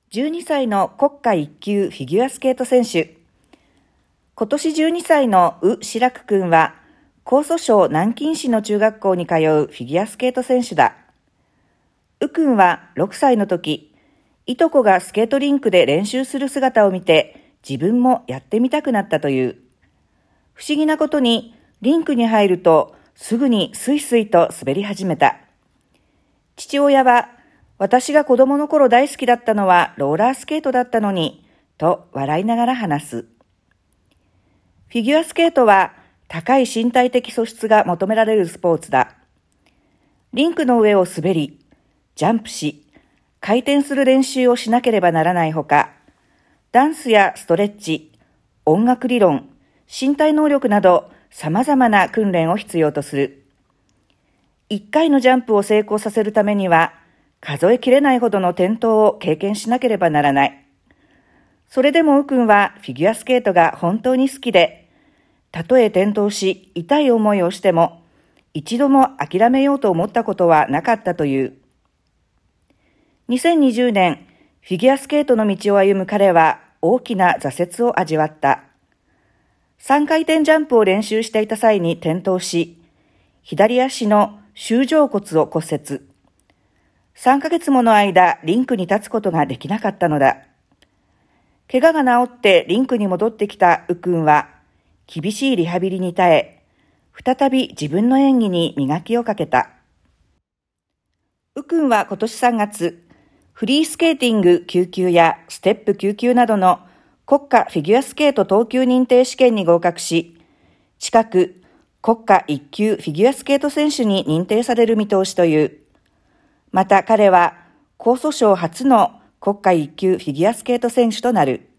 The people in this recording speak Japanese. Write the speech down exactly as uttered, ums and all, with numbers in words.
じゅうにさいの国家一級フィギュアスケート選手。今年じゅうにさいのウ・シラク君は、江蘇省南京市の中学校に通うフィギュアスケート選手だ。ウ君はろくさいの時、いとこがスケートリンクで練習する姿を見て、自分もやってみたくなったという。不思議なことに、リンクに入ると、すぐにスイスイと滑り始めた。父親は、私が子供の頃大好きだったのはローラースケートだったのに、と笑いながら話す。フィギュアスケートは高い身体的素質が求められるスポーツだ。リンクの上を滑り、ジャンプし、回転する練習をしなければならないほか、ダンスやストレッチ、音楽理論、身体能力など様々な訓練を必要とする。一回のジャンプを成功させるためには、数えきれないほどの転倒を経験しなければならない。それでもウ君はフィギュアスケートが本当に好きで、たとえ転倒し痛い思いをしても、一度も諦めようと思ったことはなかったという。にせんにじゅうねん、フィギュアスケートの道を歩む彼は大きな挫折を味わった。さんかい転ジャンプを練習していた際に転倒し、左足の舟状骨を骨折。さんかげつもの間、リンクに立つことができなかったのだ。怪我が治ってリンクに戻ってきたウ君は、厳しいリハビリに耐え、再び自分の演技に磨きをかけた。ウ君は今年さんがつ、フリースケーティングきゅうきゅうやステップきゅうきゅうなどの国家フィギュアスケート等級認定試験に合格し、近く国家一級フィギュアスケート選手に認定される見通しという。また彼は江蘇省初の国家一級フィギュアスケート選手となる。